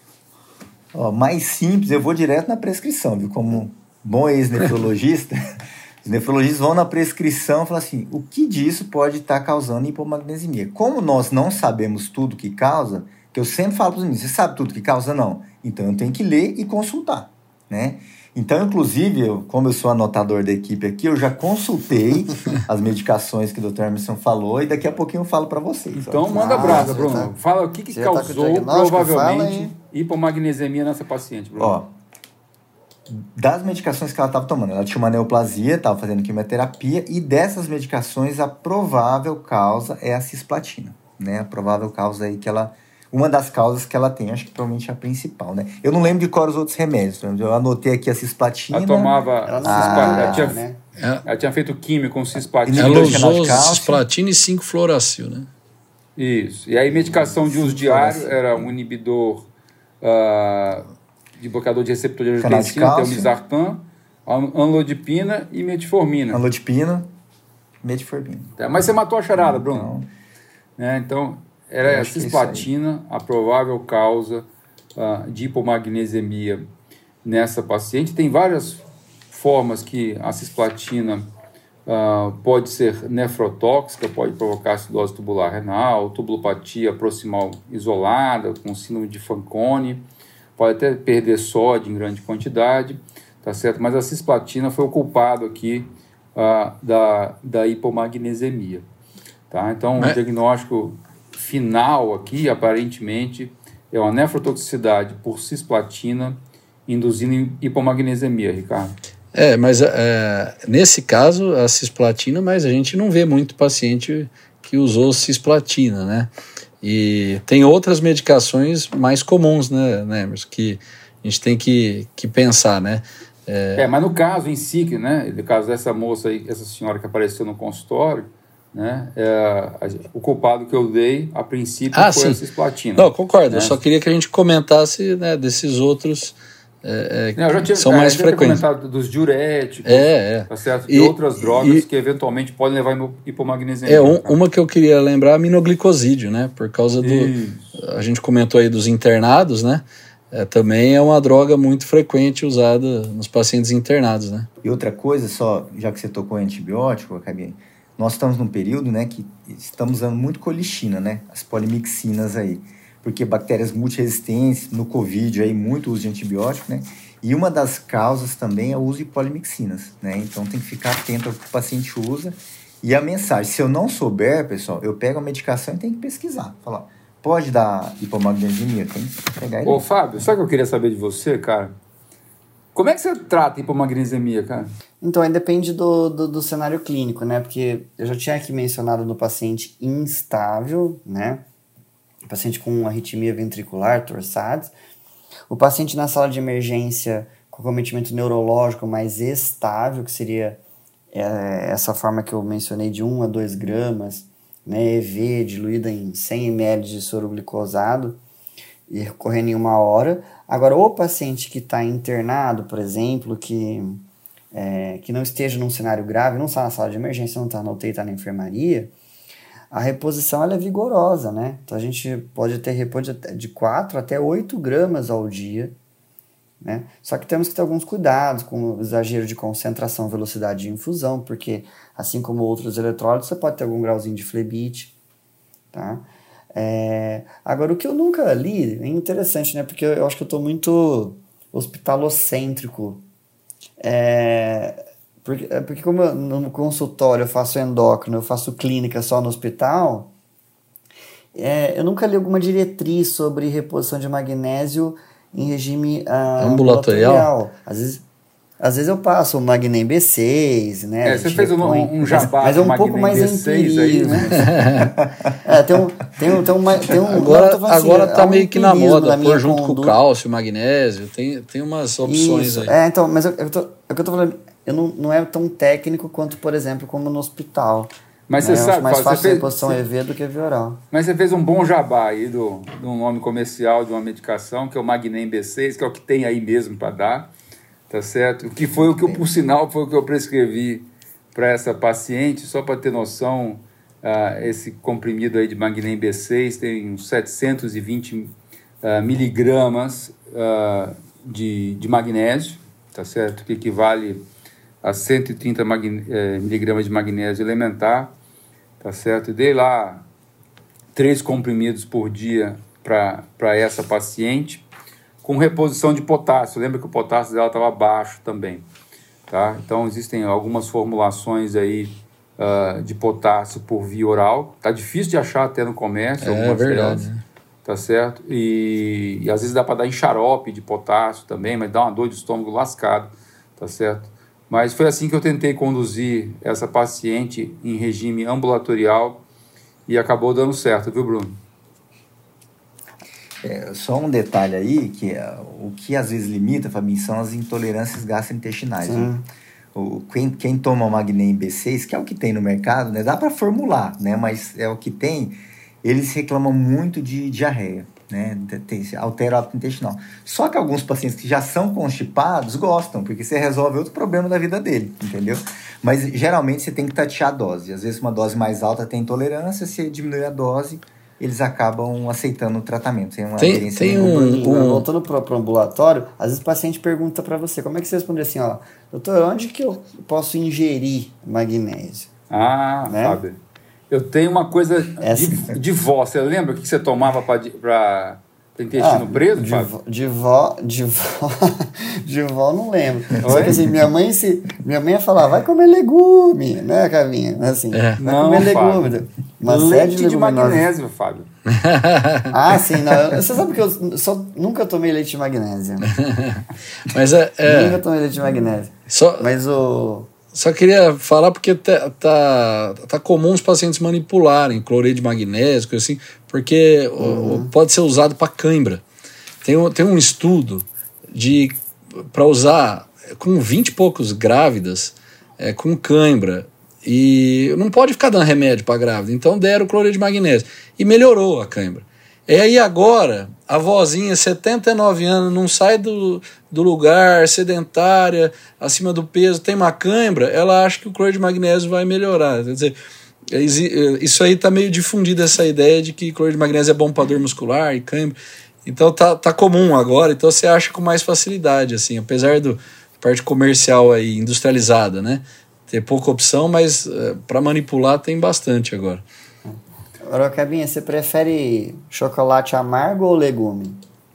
Ó, mais simples, eu vou direto na prescrição, viu? Como bom ex-nefrologista, os nefrologistas vão na prescrição e falam assim, o que disso pode estar tá causando hipomagnesemia? Como nós não sabemos tudo que causa, que eu sempre falo para os meninos, você sabe tudo que causa? Não. Então eu tenho que ler e consultar. Né? Então, inclusive, eu, como eu sou anotador da equipe aqui, eu já consultei as medicações que o doutor Emerson falou e daqui a pouquinho eu falo para vocês. Então, ó. manda ah, brasa, Bruno. Tá... Fala o que, que causou, tá provavelmente, hipomagnesemia nessa paciente, Bruno. Ó, das medicações que ela estava tomando, ela tinha uma neoplasia, estava fazendo quimioterapia, e dessas medicações, a provável causa é a cisplatina, né? A provável causa aí que ela uma das causas que ela tem, acho que provavelmente é a principal, né? Eu não lembro de quais os outros remédios, eu anotei aqui a cisplatina. Ela tomava... Ela não cisplatina, ah, ela, tinha, né? ela tinha feito químio com cisplatina. Ela usou cálcio. cisplatina e cinco fluoracil, né? Isso. E aí medicação de uso diário era um inibidor uh, de bloqueador de receptor de angiotensina, tem o Misartan, anlodipina e metformina. Anlodipina, metformina. É, mas você matou a charada, Bruno. Então, é, então era a cisplatina, a provável causa uh, de hipomagnesemia nessa paciente. Tem várias formas que a cisplatina uh, pode ser nefrotóxica, pode provocar acidose tubular renal, tubulopatia proximal isolada, com síndrome de Fanconi, pode até perder sódio em grande quantidade, tá certo? Mas a cisplatina foi o culpado aqui uh, da, da hipomagnesemia, tá? Então, é. o diagnóstico final aqui, aparentemente, é uma nefrotoxicidade por cisplatina induzindo hipomagnesemia, Ricardo. É, mas é, nesse caso, a cisplatina, mas a gente não vê muito paciente que usou cisplatina, né? E tem outras medicações mais comuns, né, né Emerson, que a gente tem que, que pensar, né? É, é, mas no caso em si, né, no caso dessa moça aí, essa senhora que apareceu no consultório, né, é, o culpado que eu dei, a princípio, ah, foi sim. a cisplatina. Não, concordo, né? Eu só queria que a gente comentasse, né, desses outros é, é, Não, eu já tinha, são é, mais já tinha frequentes. comentado dos diuréticos, é, é. Tá certo? E, e outras drogas e, que eventualmente podem levar a hipomagnesemia. É, um, uma que eu queria lembrar, aminoglicosídeo, né, por causa do... Isso. A gente comentou aí dos internados, né, é, também é uma droga muito frequente usada nos pacientes internados, né. E outra coisa, só, já que você tocou em antibiótico, eu acabei... Nós estamos num período, né, que estamos usando muito colistina, né, as polimixinas aí, porque bactérias multiresistentes, no Covid aí, muito uso de antibiótico, né, e uma das causas também é o uso de polimixinas, né, então tem que ficar atento ao que o paciente usa. E a mensagem, se eu não souber, pessoal, eu pego a medicação e tenho que pesquisar, falar, pode dar hipomagnesemia? Tem que pegar ele. Ô, Fábio, sabe o que eu queria saber de você, cara? Como é que você trata hipomagnesemia, cara? Então, aí depende do, do, do cenário clínico, né? Porque eu já tinha aqui mencionado no paciente instável, né? O paciente com arritmia ventricular, torsades. O paciente na sala de emergência com cometimento neurológico mais estável, que seria é, essa forma que eu mencionei de um a dois gramas, né? E V diluída em cem mililitros de soro glicosado e correndo em uma hora. Agora, o paciente que está internado, por exemplo, que, é, que não esteja num cenário grave, não está na sala de emergência, não está na U T I, está na enfermaria, a reposição ela é vigorosa, né? Então, a gente pode ter repor de quatro até oito gramas ao dia, né? Só que temos que ter alguns cuidados com o exagero de concentração, velocidade de infusão, porque, assim como outros eletrólitos, você pode ter algum grauzinho de flebite, tá? É, agora, o que eu nunca li é interessante, né? Porque eu acho que eu estou muito hospitalocêntrico. É, porque, porque como eu, no consultório eu faço endócrino, eu faço clínica só no hospital, é, eu nunca li alguma diretriz sobre reposição de magnésio em regime ah, ambulatorial. ambulatorial. Às vezes... Às vezes eu passo o Magnem B seis, né? É, você fez um, um jabá mas é um pouco mais B seis aí, né? é, tem um, tem um, tem um, tem um agora não, assim, agora tá um meio que na moda, pôr junto conduta. com o cálcio, magnésio, tem, tem umas opções Isso. aí. É, então, mas eu, eu tô, é o que eu tô falando, eu não, não é tão técnico quanto, por exemplo, como no hospital. Mas né? você Eu sabe, acho mais você fácil fez, a reposição E V do que via oral. Mas você fez um bom jabá aí do, do nome comercial de uma medicação, que é o Magnem B seis, que é o que tem aí mesmo para dar. Tá certo? Que foi o que eu, por sinal, foi o que eu prescrevi para essa paciente, só para ter noção, uh, esse comprimido aí de Magnem B seis tem uns setecentos e vinte uh, miligramas uh, de, de magnésio, tá certo? Que equivale a cento e trinta magne, eh, miligramas de magnésio elementar, tá certo? E dei lá três comprimidos por dia para essa paciente, com reposição de potássio. Lembra que o potássio dela estava baixo também, tá? Então, existem algumas formulações aí uh, de potássio por via oral. Tá difícil de achar até no comércio. É verdade. Delas, tá certo? E, e às vezes dá para dar em xarope de potássio também, mas dá uma dor de estômago lascado, tá certo? Mas foi assim que eu tentei conduzir essa paciente em regime ambulatorial e acabou dando certo, viu, Bruno? É, só um detalhe aí, que é, o que às vezes limita, Fabinho, são as intolerâncias gastrointestinais. Né? O, quem, quem toma o Magném B seis, que é o que tem no mercado, né? Dá para formular, né? Mas é o que tem, eles reclamam muito de diarreia, né? Tem, altera o hábito intestinal. Só que alguns pacientes que já são constipados gostam, porque você resolve outro problema da vida dele, entendeu? Mas geralmente você tem que tatear a dose. Às vezes uma dose mais alta tem intolerância, você diminui a dose, eles acabam aceitando o tratamento. Tem uma tem, tem um, um... Voltando para o ambulatório, às vezes o paciente pergunta para você, como é que você responde assim, ó, doutor, onde que eu posso ingerir magnésio? Ah, né? Fábio, eu tenho uma coisa de, de vó, você lembra o que você tomava para intestino ah, preso, de, Fábio? De vó, de vó, de vó não lembro. Só que assim, minha mãe, se, minha mãe ia falar, vai comer legume, né, Cavinha? Assim, é. vai não, comer legume. Uma leite de, de magnésio, Fábio. Ah, sim, não. Você sabe que eu só, nunca tomei leite de magnésio. Mas é, é... Nunca tomei leite de magnésio. Só... Mas o... Só queria falar porque tá, tá, tá comum os pacientes manipularem cloreto de magnésio, coisa assim, porque uhum. o, pode ser usado para cãibra. Tem, tem um estudo de para usar com vinte e poucos grávidas é, com cãibra, e não pode ficar dando remédio para grávida, então deram cloreto de magnésio e melhorou a cãibra. E aí agora, a vozinha, setenta e nove anos, não sai do, do lugar, sedentária, acima do peso, tem uma cãibra, ela acha que o cloreto de magnésio vai melhorar. Quer dizer, isso aí está meio difundido, essa ideia de que cloreto de magnésio é bom para dor muscular e cãibra. Então tá, tá comum agora, então você acha com mais facilidade, assim, apesar do parte comercial aí, industrializada, né? Ter pouca opção, mas é, para manipular tem bastante agora. Agora, Cabinha, você prefere chocolate amargo ou legume?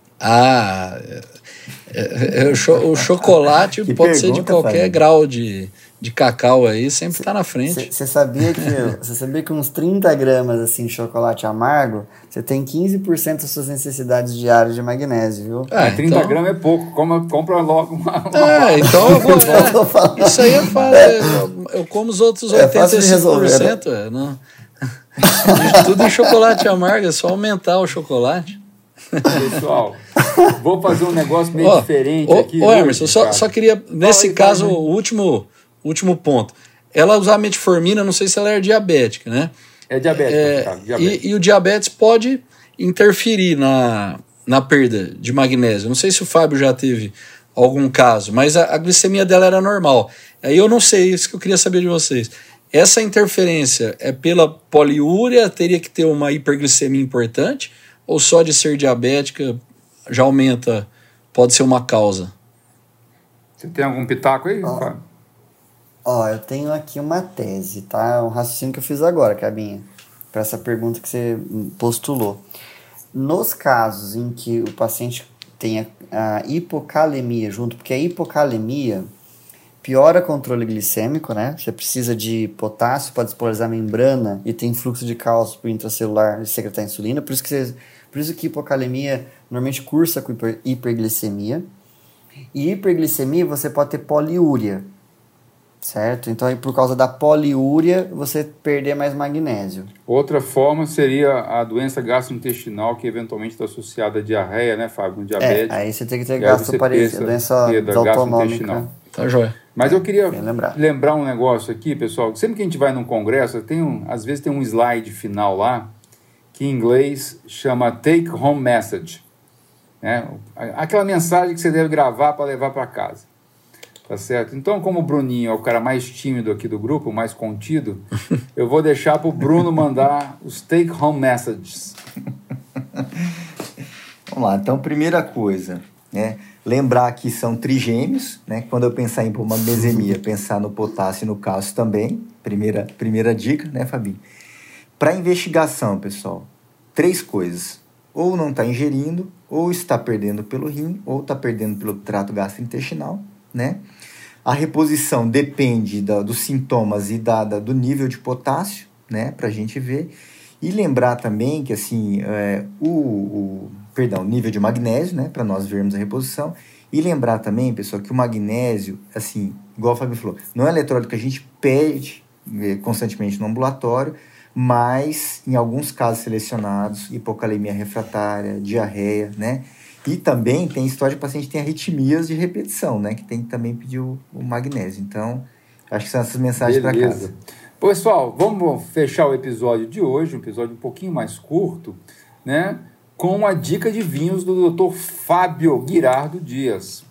Ah, é, é, o, cho o chocolate pode pergunta, ser de qualquer pai. grau de, de cacau aí, sempre está na frente. Você sabia, que, sabia que uns trinta gramas assim, de chocolate amargo, você tem quinze por cento das suas necessidades diárias de magnésio, viu? Ah, trinta então... gramas é pouco, Como, compra logo uma... uma... É, então eu vou... É, isso aí é fácil, eu, eu como os outros oitenta e cinco por cento, é, não... Tudo em chocolate amargo, é só aumentar o chocolate. Pessoal, vou fazer um negócio meio oh, diferente oh, aqui. Ô, Emerson, só, só queria, nesse oh, caso, o último, último ponto. Ela usar metformina, não sei se ela é diabética, né? É diabética. É, tá, diabética. E, e o diabetes pode interferir na, na perda de magnésio. Não sei se o Fábio já teve algum caso, mas a, a glicemia dela era normal. Aí eu não sei, isso que eu queria saber de vocês. Essa interferência é pela poliúria, teria que ter uma hiperglicemia importante, ou só de ser diabética já aumenta, pode ser uma causa? Você tem algum pitaco aí, ó, Fábio? Ó, eu tenho aqui uma tese, tá? Um raciocínio que eu fiz agora, Cabinha, para essa pergunta que você postulou. Nos casos em que o paciente tem a, a hipocalemia junto, porque a hipocalemia piora o controle glicêmico, né? Você precisa de potássio para despolarizar a membrana e tem fluxo de cálcio para o intracelular e secretar insulina. Por isso que, você, por isso que hipocalemia normalmente cursa com hiper, hiperglicemia. E hiperglicemia você pode ter poliúria, certo? Então, aí, por causa da poliúria, você perder mais magnésio. Outra forma seria a doença gastrointestinal, que eventualmente está associada à diarreia, né, Fábio? Um diabetes. É, aí você tem que ter gastroparesia, doença autonômica. Tá joia. Mas é, eu queria lembrar. lembrar um negócio aqui, pessoal. Sempre que a gente vai num congresso, tem um, às vezes tem um slide final lá, que em inglês chama Take Home Message. Né? Aquela mensagem que você deve gravar para levar para casa. Tá certo? Então, como o Bruninho é o cara mais tímido aqui do grupo, o mais contido, eu vou deixar para o Bruno mandar os Take Home Messages. Vamos lá. Então, primeira coisa, né? Lembrar que são trigêmeos, né? Quando eu pensar em magnesemia, pensar no potássio e no cálcio também. Primeira, primeira dica, né, Fabinho? Para investigação, pessoal, três coisas. Ou não está ingerindo, ou está perdendo pelo rim, ou está perdendo pelo trato gastrointestinal, né? A reposição depende da, dos sintomas e da, da, do nível de potássio, né? Para a gente ver. E lembrar também que, assim, é, o... o perdão, nível de magnésio, né, para nós vermos a reposição, e lembrar também, pessoal, que o magnésio, assim, igual o Fábio falou, não é eletrólito que a gente perde eh, constantemente no ambulatório, mas em alguns casos selecionados, hipocalemia refratária, diarreia, né? E também tem história de paciente que tem arritmias de repetição, né? Que tem que também pedir o, o magnésio. Então, acho que são essas mensagens para casa. Pessoal, vamos fechar o episódio de hoje, um episódio um pouquinho mais curto, né? Com uma dica de vinhos do doutor Fábio Guirardo Dias.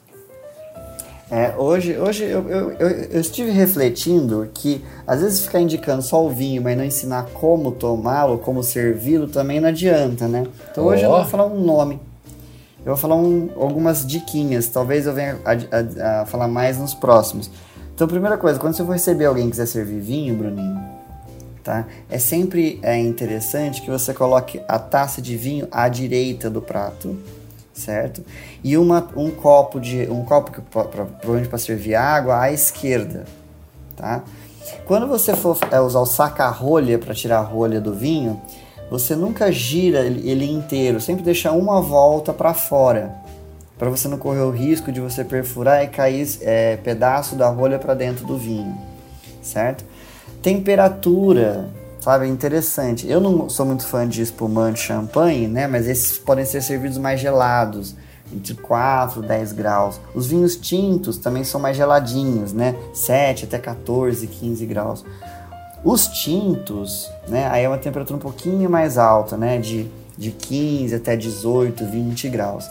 É, hoje hoje eu, eu, eu, eu estive refletindo que às vezes ficar indicando só o vinho, mas não ensinar como tomá-lo, como servi-lo, também não adianta, né? Então hoje oh. eu não vou falar um nome, eu vou falar um, algumas diquinhas, talvez eu venha a, a, a falar mais nos próximos. Então, primeira coisa, quando você for receber alguém que quiser servir vinho, Bruninho, tá? É sempre é, interessante que você coloque a taça de vinho à direita do prato, certo? E uma, um copo de um copo que provavelmente para servir água à esquerda, tá? Quando você for é, usar o saca-rolha para tirar a rolha do vinho, você nunca gira ele inteiro, sempre deixa uma volta para fora, para você não correr o risco de você perfurar e cair é, pedaço da rolha para dentro do vinho, certo? Temperatura, sabe, é interessante. Eu não sou muito fã de espumante, champanhe, né? Mas esses podem ser servidos mais gelados, entre quatro e dez graus. Os vinhos tintos também são mais geladinhos, né? sete até quatorze, quinze graus. Os tintos, né? Aí é uma temperatura um pouquinho mais alta, né? De, de quinze até dezoito, vinte graus.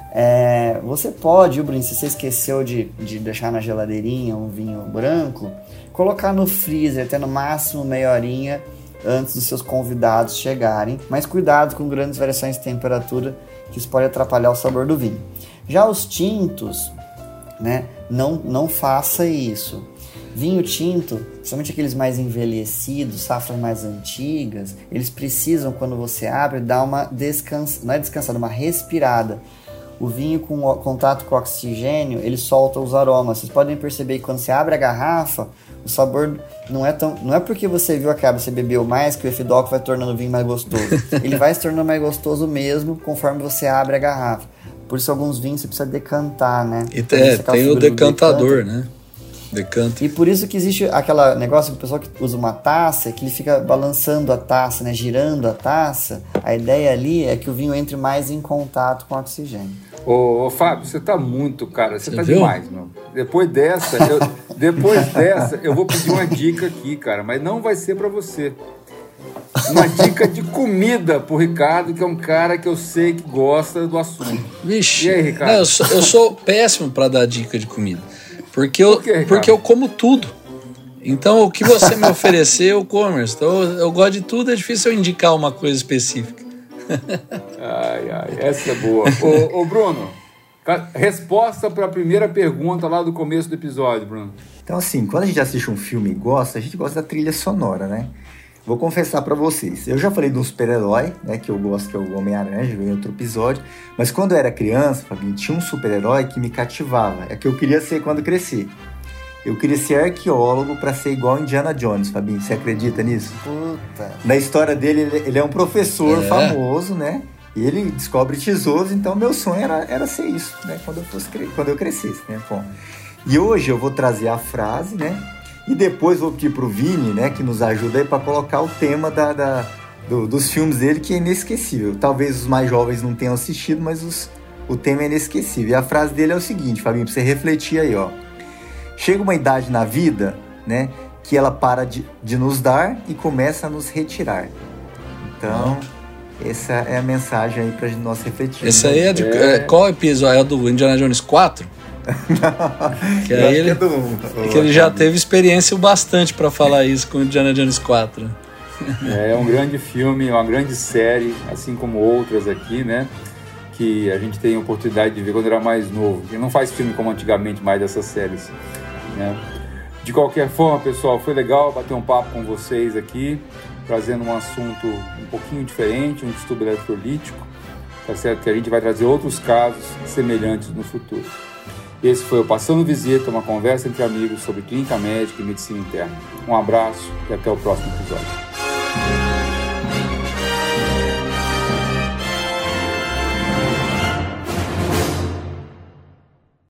É, você pode, Bruno, se você esqueceu de, de deixar na geladeirinha um vinho branco, colocar no freezer até no máximo meia horinha antes dos seus convidados chegarem, mas cuidado com grandes variações de temperatura, que isso pode atrapalhar o sabor do vinho. Já os tintos, né, não, não faça isso. Vinho tinto, principalmente aqueles mais envelhecidos, safras mais antigas, eles precisam, quando você abre, dar uma descansa, não é descansada, uma respirada. O vinho com o contato com o oxigênio, ele solta os aromas. Vocês podem perceber que quando você abre a garrafa, o sabor não é tão... Não é porque você viu a caba, você bebeu mais, que o efidoco vai tornando o vinho mais gostoso. Ele vai se tornando mais gostoso mesmo conforme você abre a garrafa. Por isso, alguns vinhos você precisa decantar, né? E é, tem o decantador, né? Decanta. E por isso que existe aquele negócio que o pessoal que usa uma taça, que ele fica balançando a taça, né? Girando a taça. A ideia ali é que o vinho entre mais em contato com o oxigênio. Ô, ô Fábio, você tá muito, cara, você, você tá viu? demais, meu. Depois dessa, eu, depois dessa, eu vou pedir uma dica aqui, cara, mas não vai ser pra você. Uma dica de comida pro Ricardo, que é um cara que eu sei que gosta do assunto. Vixe, e aí, Ricardo? Não, eu, sou, eu sou péssimo pra dar dica de comida, porque eu, Por quê, porque eu como tudo. Então, o que você me oferecer, eu como. Então, eu, eu gosto de tudo, é difícil eu indicar uma coisa específica. Ai, ai, essa é boa. Ô, ô Bruno, resposta para a primeira pergunta lá do começo do episódio, Bruno. Então, assim, quando a gente assiste um filme e gosta, a gente gosta da trilha sonora, né? Vou confessar para vocês, eu já falei de um super-herói, né, que eu gosto, que é o Homem-Aranha, em outro episódio, mas quando eu era criança, Fabinho, tinha um super-herói que me cativava, é que eu queria ser quando crescer. Eu queria ser arqueólogo para ser igual Indiana Jones, Fabinho. Você acredita nisso? Puta. Na história dele, ele, ele é um professor é. famoso, né? E ele descobre tesouros, então meu sonho era, era ser isso, né? Quando eu, fosse, quando eu crescesse, né? Bom, e hoje eu vou trazer a frase, né? E depois vou pedir pro Vini, né? Que nos ajuda aí para colocar o tema da, da, do, dos filmes dele, que é inesquecível. Talvez os mais jovens não tenham assistido, mas os, o tema é inesquecível. E a frase dele é o seguinte, Fabinho, pra você refletir aí, ó. Chega uma idade na vida, né, que ela para de, de nos dar e começa a nos retirar. Então, essa é a mensagem aí pra nós refletirmos. Esse aí é de é. qual episódio? É do Indiana Jones quatro? que aí ele, que, é do, é que ele já teve experiência o bastante para falar isso com o Indiana Jones quatro. É, é um grande filme, uma grande série, assim como outras aqui, né? Que a gente tem a oportunidade de ver quando era mais novo. Ele não faz filme como antigamente mais dessas séries, né? De qualquer forma, pessoal, foi legal bater um papo com vocês aqui, trazendo um assunto um pouquinho diferente, um distúrbio eletrolítico, tá certo? Que a gente vai trazer outros casos semelhantes no futuro. Esse foi o Passando Visita, uma conversa entre amigos sobre clínica médica e medicina interna. Um abraço e até o próximo episódio.